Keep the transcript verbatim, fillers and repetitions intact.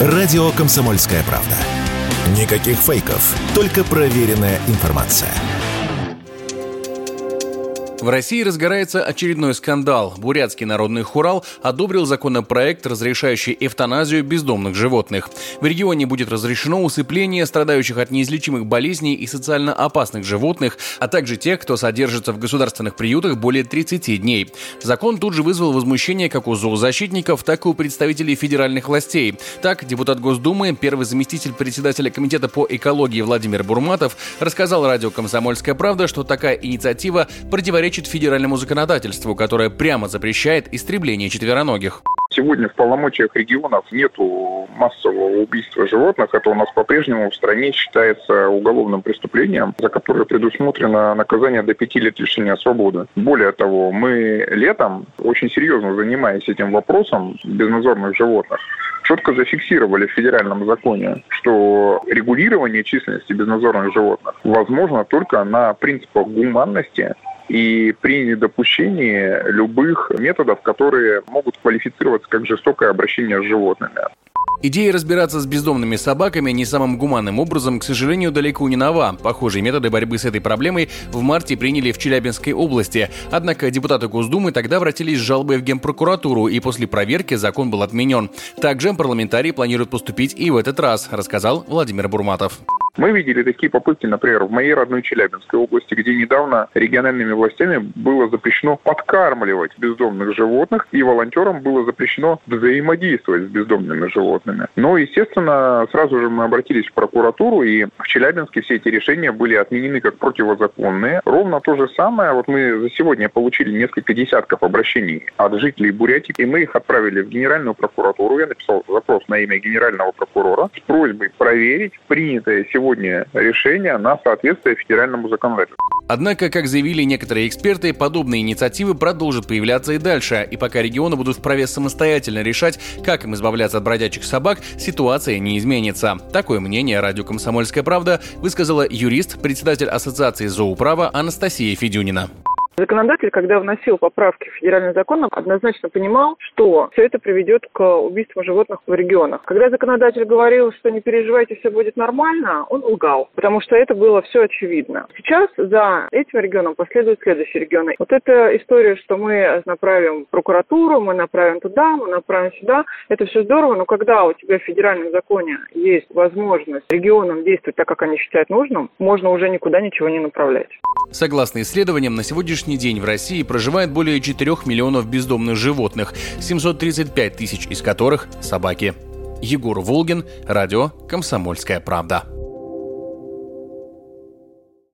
Радио «Комсомольская правда». Никаких фейков, только проверенная информация. В России разгорается очередной скандал. Бурятский народный хурал одобрил законопроект, разрешающий эвтаназию бездомных животных. В регионе будет разрешено усыпление страдающих от неизлечимых болезней и социально опасных животных, а также тех, кто содержится в государственных приютах более тридцати дней. Закон тут же вызвал возмущение как у зоозащитников, так и у представителей федеральных властей. Так, депутат Госдумы, первый заместитель председателя комитета по экологии Владимир Бурматов рассказал радио «Комсомольская правда», что такая инициатива противоречит федеральному законодательству, которое прямо запрещает истребление четвероногих. Сегодня в полномочиях регионов нету массового убийства животных. Это у нас по-прежнему в стране считается уголовным преступлением, за которое предусмотрено наказание до пяти лет лишения свободы. Более того, мы летом, очень серьезно занимаясь этим вопросом безнадзорных животных, четко зафиксировали в федеральном законе, что регулирование численности безнадзорных животных возможно только на принципах гуманности и при недопущении любых методов, которые могут квалифицироваться как жестокое обращение с животными. Идея разбираться с бездомными собаками не самым гуманным образом, к сожалению, далеко не нова. Похожие методы борьбы с этой проблемой в марте приняли в Челябинской области. Однако депутаты Госдумы тогда обратились с жалобой в Генпрокуратуру, и после проверки закон был отменен. Также парламентарии планируют поступить и в этот раз, рассказал Владимир Бурматов. Мы видели такие попытки, например, в моей родной Челябинской области, где недавно региональными властями было запрещено подкармливать бездомных животных, и волонтерам было запрещено взаимодействовать с бездомными животными. Но, естественно, сразу же мы обратились в прокуратуру, и в Челябинске все эти решения были отменены как противозаконные. Ровно то же самое, вот мы за сегодня получили несколько десятков обращений от жителей Бурятии, и мы их отправили в Генеральную прокуратуру. Я написал запрос на имя генерального прокурора с просьбой проверить принятое сегодня Сегодня решение на соответствие федеральному законодательству. Однако, как заявили некоторые эксперты, подобные инициативы продолжат появляться и дальше. И пока регионы будут вправе самостоятельно решать, как им избавляться от бродячих собак, ситуация не изменится. Такое мнение радио «Комсомольская правда» высказала юрист, председатель Ассоциации зооправа Анастасия Федюнина. Законодатель, когда вносил поправки в федеральный закон, однозначно понимал, что все это приведет к убийству животных в регионах. Когда законодатель говорил, что не переживайте, все будет нормально, он лгал, потому что это было все очевидно. Сейчас за этим регионом последуют следующие регионы. Вот эта история, что мы направим в прокуратуру, мы направим туда, мы направим сюда, это все здорово, но когда у тебя в федеральном законе есть возможность регионам действовать так, как они считают нужным, можно уже никуда ничего не направлять. Согласно исследованиям, на сегодняшний день в России проживает более четырёх миллионов бездомных животных, семьсот тридцать пять тысяч из которых – собаки. Егор Волгин, радио «Комсомольская правда».